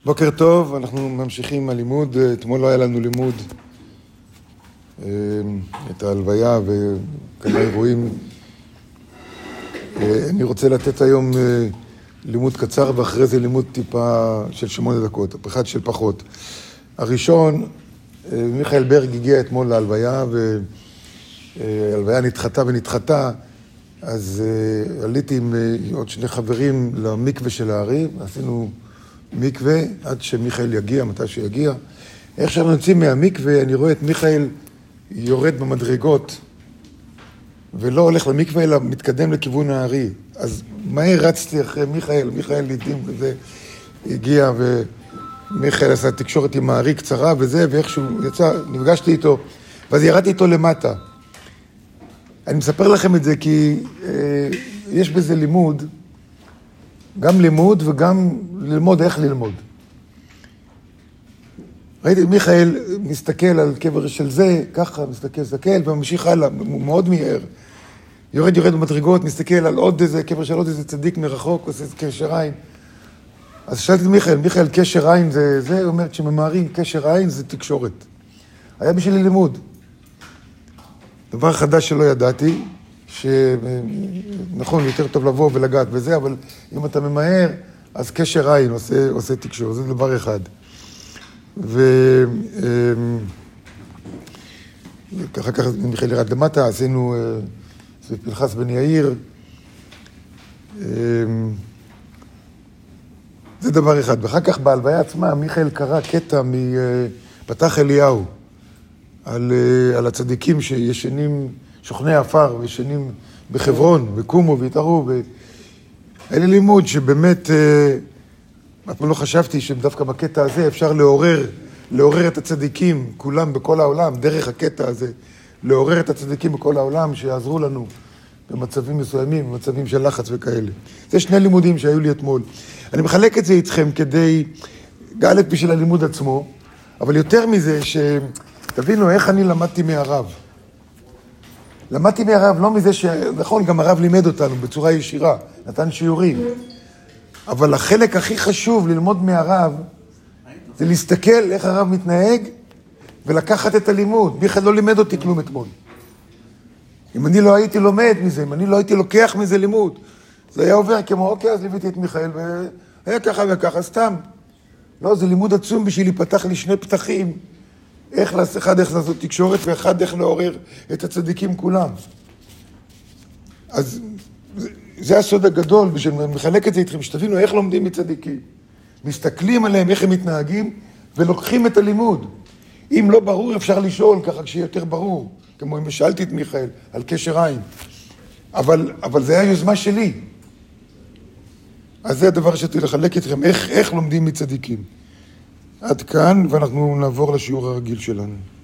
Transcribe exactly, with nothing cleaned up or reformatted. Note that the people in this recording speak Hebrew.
בוקר טוב, אנחנו ממשיכים הלימוד. אתמול לא היה לנו לימוד את ההלוויה וכמה אירועים. אני רוצה לתת היום לימוד קצר ואחרי זה לימוד טיפה של שמונה דקות, אחד של פחות. הראשון, מיכאל ברג הגיע אתמול להלוויה וההלוויה נדחתה ונדחתה, אז עליתי עם עוד שני חברים למקווה של הערי, עשינו מקווה עד שמיכאל יגיע, מתי שיגיע. איך שאנחנו יוצאים מהמקווה, אני רואה את מיכאל יורד במדרגות, ולא הולך למקווה, אלא מתקדם לכיוון הערי. אז מהר רצתי אחרי מיכאל, מיכאל לידים וזה, הגיע ומיכאל עשה תקשורת עם הערי קצרה וזה, ואיכשהו יצא, נפגשתי איתו, ואז ירדתי איתו למטה. אני מספר לכם את זה כי אה, יש בזה לימוד, גם לימוד וגם ללמוד איך ללמוד. ראיתי את מיכאל מסתכל על קבר של זה, ככה מסתכל, מסתכל, וממשיך הלאה, הוא מאוד מהר. יורד יורד במדרגות, מסתכל על עוד איזה קבר של עוד איזה צדיק מרחוק, עושה קשר עין. אז שאלתי את מיכאל, מיכאל, קשר עין זה, זה הוא אומר, כשממהרים קשר עין זה תקשורת. היה בשבילי לימוד. דבר חדש שלא ידעתי, שנכון, יותר טוב לבוא ולגעת בזה, אבל אם אתה ממהר, אז קשר עין עושה, עושה תקשור, זה דבר אחד. וככה ככה מיכאל ירד למטה, עשינו פנחס בן יאיר. זה דבר אחד. ואחר כך בהלוויה עצמה, מיכאל קרא קטע מפתח אליהו, על, על הצדיקים שישנים, שוכני אפר, וישנים בחברון, וקומו והתארו, ואלה לימוד שבאמת, אף פעם לא חשבתי שדווקא בקטע הזה אפשר לעורר, לעורר את הצדיקים, כולם בכל העולם, דרך הקטע הזה, לעורר את הצדיקים בכל העולם, שיעזרו לנו במצבים מסוימים, במצבים של לחץ וכאלה. זה שני לימודים שהיו לי אתמול. אני מחלק את זה איתכם כדי, א' בשביל הלימוד עצמו, אבל יותר מזה שתבינו איך אני למדתי מהרב. למדתי מהרב, לא מזה ש... נכון, גם הרב לימד אותנו בצורה ישירה, נתן שיעורים. אבל החלק הכי חשוב ללמוד מהרב, זה להסתכל איך הרב מתנהג, ולקחת את הלימוד. מיכאל לא לימד אותי כלום אתמול. אם אני לא הייתי לומד מזה, אם אני לא הייתי לוקח מזה לימוד, זה היה עובר כמו, אוקיי, אז ליוויתי את מיכאל, והיה ככה וככה, סתם. לא, זה לימוד עצום בשביל להיפתח לי שני פתחים, איך לעשות, אחד איך לעשות תקשורת, ואחד איך לעורר את הצדיקים כולם. אז זה הסוד הגדול, בשביל מחלק את זה איתכם, שתבינו איך לומדים מצדיקים. מסתכלים עליהם, איך הם מתנהגים, ולוקחים את הלימוד. אם לא ברור, אפשר לשאול ככה כשיהיה יותר ברור. כמו אם שאלתי את מיכאל על קשר עין. אבל, אבל זה היה יוזמה שלי. אז זה הדבר שרציתי לחלק איתכם, איך, איך לומדים מצדיקים. עד כאן, ואנחנו נעבור לשיעור הרגיל שלנו.